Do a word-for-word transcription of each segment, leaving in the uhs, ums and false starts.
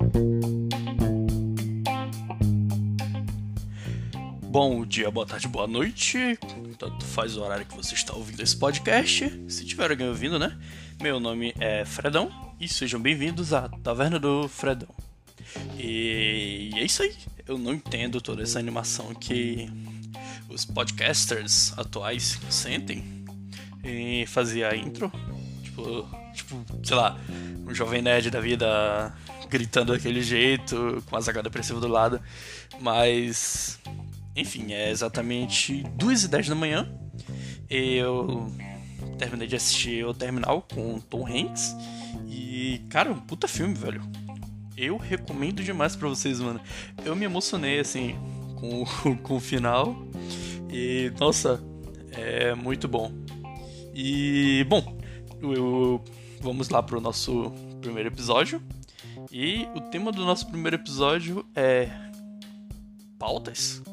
Bom dia, boa tarde, boa noite. Tanto faz o horário que você está ouvindo esse podcast. Se tiver alguém ouvindo, né? Meu nome é Fredão e sejam bem-vindos à Taverna do Fredão. E é isso aí. Eu não entendo toda essa animação que os podcasters atuais sentem em fazer a intro. Tipo, tipo, sei lá, um jovem nerd da vida gritando daquele jeito, com a zaga depressiva do lado. Mas... enfim, é exatamente duas e dez da manhã. Eu terminei de assistir O Terminal com Tom Hanks. E, cara, um puta filme, velho. Eu recomendo demais pra vocês, mano. Eu me emocionei, assim, com, com o final. E, nossa, é muito bom. E, bom, eu, vamos lá pro nosso primeiro episódio. E o tema do nosso primeiro episódio é... pautas?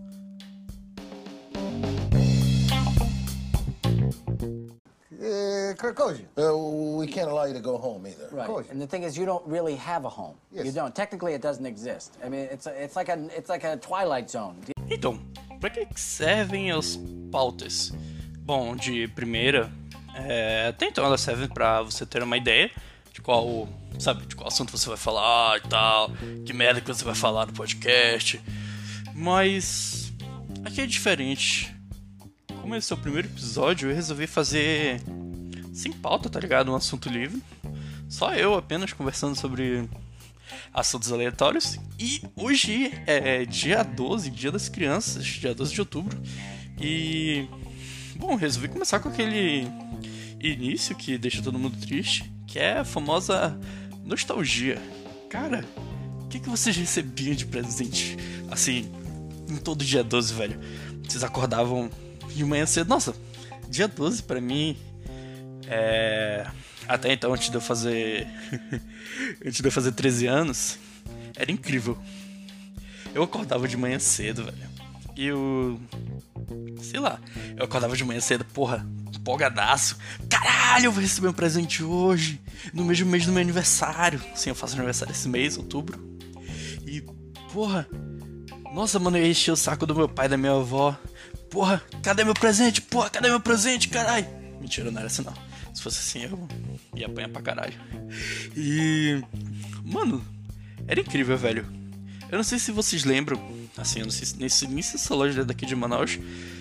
Uh, Koji, uh, we can't allow you to go home either. Right, Koji. and the thing is, you don't really have a home. Yes. You don't. Technically, it doesn't exist. I mean, it's a, it's like a it's like a Twilight Zone. Então, pra que servem as pautas? Bom, de primeira, é, até então elas servem pra você ter uma ideia de qual, sabe, de qual assunto você vai falar e tal, que merda que você vai falar no podcast. Mas aqui é diferente. Como esse é o primeiro episódio, eu resolvi fazer sem pauta, tá ligado? Um assunto livre. Só eu apenas conversando sobre assuntos aleatórios. E hoje é dia doze, dia das crianças, dia doze de outubro. E, bom, resolvi começar com aquele início que deixa todo mundo triste, que é a famosa nostalgia. Cara, o que, que vocês recebiam de presente, assim, em todo dia doze, velho? Vocês acordavam de manhã cedo? Nossa, dia doze pra mim é... até então, antes de eu fazer antes de eu fazer treze anos, era incrível. Eu acordava de manhã cedo, velho. E eu... sei lá, eu acordava de manhã cedo, porra, empolgadaço. Caralho, eu vou receber um presente hoje, no mesmo mês do meu aniversário. Sim, eu faço aniversário esse mês, outubro. E, porra, nossa, mano, eu enchi o saco do meu pai e da minha avó. Porra, cadê meu presente? Porra, cadê meu presente, caralho? Mentira, não era assim não. Se fosse assim, eu ia apanhar pra caralho. E... mano, era incrível, velho. Eu não sei se vocês lembram, assim, eu não sei se nem se essa loja daqui de Manaus,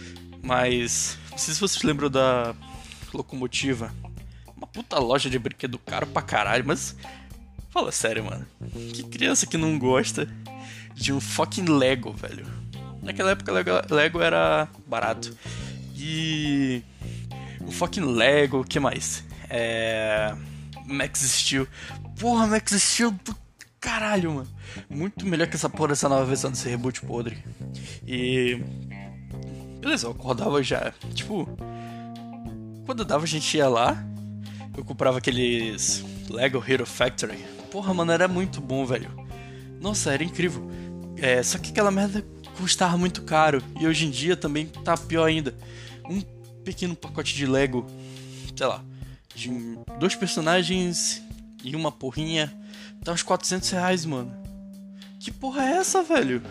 mas não sei se vocês lembram da Locomotiva. Uma puta loja de brinquedo caro pra caralho, mas... fala sério, mano. Que criança que não gosta de um fucking Lego, velho? Naquela época Lego, Lego era barato. E... o fucking Lego, o que mais? É... Max Steel. Porra, Max Steel do caralho, mano. Muito melhor que essa porra dessa nova versão desse reboot podre. E... beleza, eu acordava já. Tipo... quando dava a gente ia lá. Eu comprava aqueles Lego Hero Factory. Porra, mano, era muito bom, velho. Nossa, era incrível. É, só que aquela merda custava muito caro. E hoje em dia também tá pior ainda. Um pequeno pacote de Lego, sei lá, de dois personagens e uma porrinha, tá uns quatrocentos reais, mano. Que porra é essa, velho?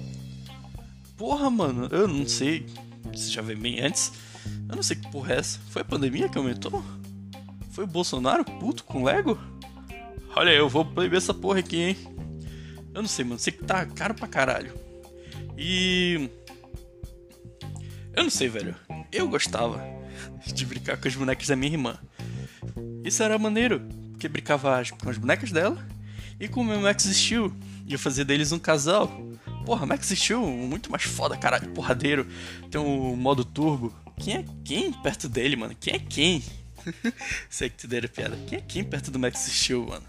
Porra, mano, eu não sei. Você já veio bem antes? Eu não sei que porra é essa. Foi a pandemia que aumentou? Foi o Bolsonaro puto com Lego? Olha, eu vou proibir essa porra aqui, hein? Eu não sei, mano. Sei que tá caro pra caralho. E... eu não sei, velho. Eu gostava de brincar com as bonecas da minha irmã. Isso era maneiro, porque brincava com as bonecas dela e com o meu Max Steel. E eu fazia deles um casal. Porra, Max Steel, muito mais foda, caralho, porradeiro. Tem um modo turbo. Quem é quem perto dele, mano? Quem é quem? Sei que te deram piada. Quem é quem perto do Max Steel, mano?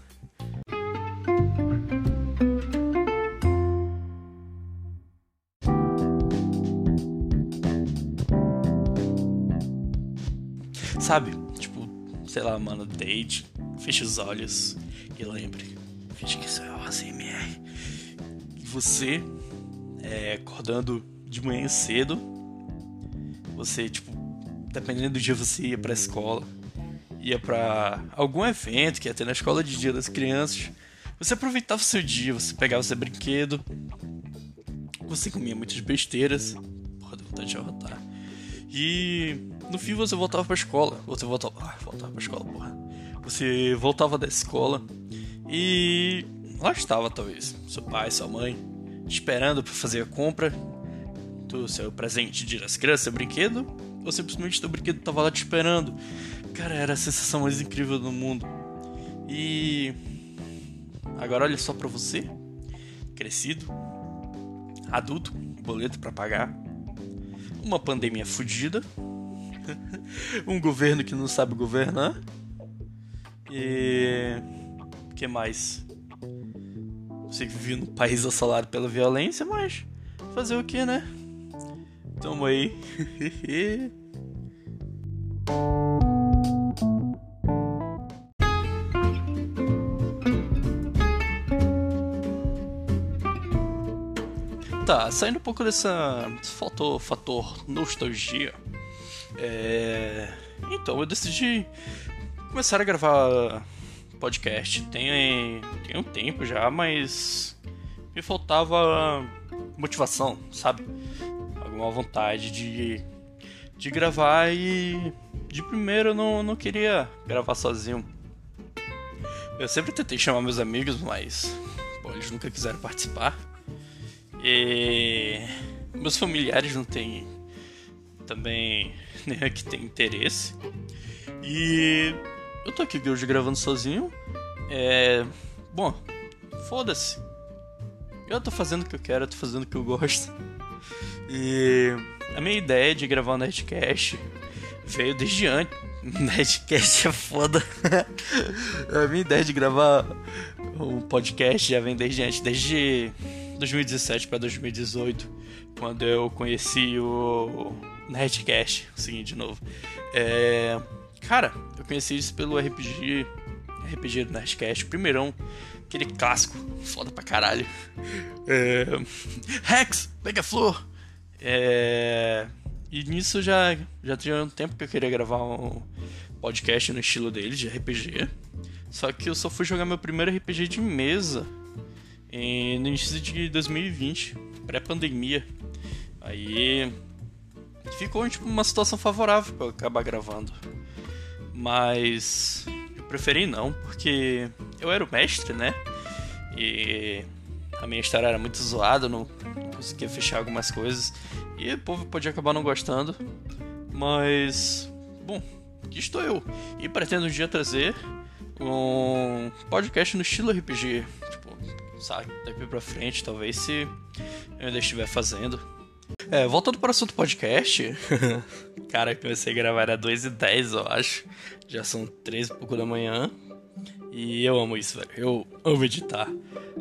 Sabe? Tipo, sei lá, mano, deite, feche os olhos e lembre. Finge que isso é o A S M R. Você, é, acordando de manhã cedo, você, tipo, dependendo do dia você ia pra escola, ia pra algum evento que ia ter na escola de Dia das Crianças, Você aproveitava o seu dia, você pegava seu brinquedo, você comia muitas besteiras. Porra, deu vontade de arrotar. E no fim você voltava pra escola. Você voltava. Ah, voltava pra escola, porra. Você voltava da escola e lá estava, talvez, seu pai, sua mãe, te esperando pra fazer a compra do seu presente, de das crianças, seu brinquedo, ou simplesmente teu brinquedo tava lá te esperando. Cara, era a sensação mais incrível do mundo. E agora olha só pra você, crescido, adulto, boleto pra pagar, uma pandemia fodida, um governo que não sabe governar, e o que mais? Você que vive num país assolado pela violência, mas fazer o que, né? Tamo aí. Tá, saindo um pouco dessa desse fator, fator nostalgia, é... então eu decidi começar a gravar podcast. Tem, tem um tempo já, mas me faltava motivação, sabe? Alguma vontade de, de gravar e de primeiro eu não, não queria gravar sozinho. Eu sempre tentei chamar meus amigos, mas pô, eles nunca quiseram participar. E meus familiares não têm também nem é que tem interesse. E eu tô aqui hoje gravando sozinho. É. Bom, foda-se. Eu tô fazendo o que eu quero, eu tô fazendo o que eu gosto. E a minha ideia de gravar um Nerdcast veio desde antes. Nerdcast é foda. A minha ideia de gravar um podcast já vem desde antes, desde dois mil e dezessete para dois mil e dezoito, quando eu conheci o Nerdcast. Seguinte, de novo. É... Cara, eu conheci isso pelo R P G, R P G do Nerdcast, o primeirão, aquele clássico, foda pra caralho. É... Rex, pega a flor! É... E nisso já, já tinha um tempo que eu queria gravar um podcast no estilo dele, de R P G. Só que eu só fui jogar meu primeiro R P G de mesa em, no início de dois mil e vinte, pré-pandemia. Aí ficou tipo uma situação favorável pra eu acabar gravando. Mas eu preferi não, porque eu era o mestre, né? E a minha história era muito zoada, eu não, não conseguia fechar algumas coisas. E o povo podia acabar não gostando. Mas, bom, aqui estou eu. E pretendo um dia trazer um podcast no estilo R P G. Tipo, sabe, daqui pra frente, talvez, se eu ainda estiver fazendo. É, voltando para o assunto podcast. Cara, eu comecei a gravar era duas e dez, eu acho. Já são três e pouco da manhã. E eu amo isso, velho. Eu amo editar.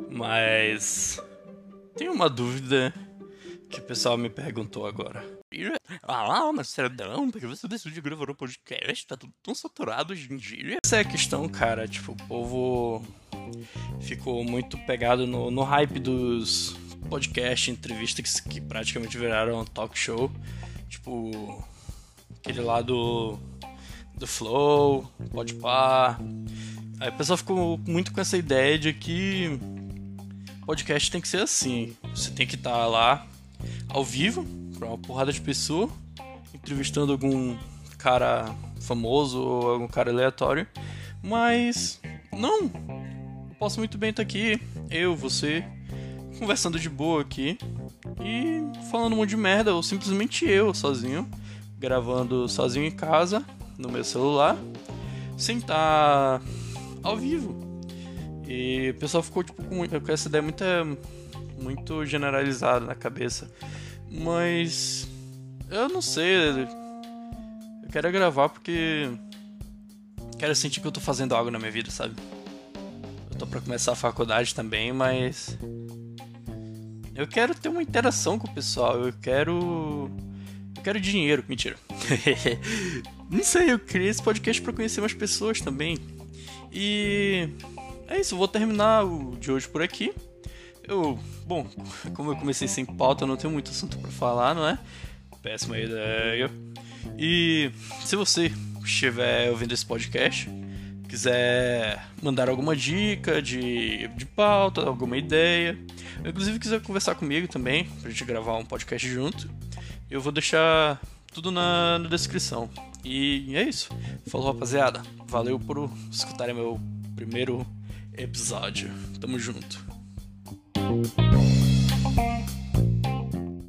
Mas tem uma dúvida que o pessoal me perguntou agora. Ah, mas Serdão, porque você decidiu gravar um podcast? Tá tudo tão saturado hoje em dia. Essa é a questão, cara. Tipo, o povo ficou muito pegado no, no hype dos podcasts, entrevistas que, que praticamente viraram um talk show. Tipo, aquele lá do, do Flow, Podpah. Aí o pessoal ficou muito com essa ideia de que podcast tem que ser assim. Você tem que estar lá ao vivo pra uma porrada de pessoa, entrevistando algum cara famoso ou algum cara aleatório. Mas não, eu posso muito bem estar aqui, eu, você, conversando de boa aqui e falando um monte de merda, ou simplesmente eu sozinho, gravando sozinho em casa, no meu celular, sem estar ao vivo. E o pessoal ficou tipo, com, com essa ideia muito, muito generalizada na cabeça. Mas eu não sei. Eu quero gravar porque quero sentir que eu tô fazendo algo na minha vida, sabe? Eu tô pra começar a faculdade também, mas eu quero ter uma interação com o pessoal. Eu quero Eu quero dinheiro. Mentira. Não sei, eu criei esse podcast pra conhecer mais pessoas também. E é isso, eu vou terminar o de hoje por aqui. Eu, bom, como eu comecei sem pauta, eu não tenho muito assunto pra falar, não é? Péssima ideia. E se você estiver ouvindo esse podcast, quiser mandar alguma dica de, de pauta, alguma ideia, inclusive quiser conversar comigo também, pra gente gravar um podcast junto, eu vou deixar tudo na, na descrição. E é isso. Falou, rapaziada. Valeu por escutarem meu primeiro episódio. Tamo junto.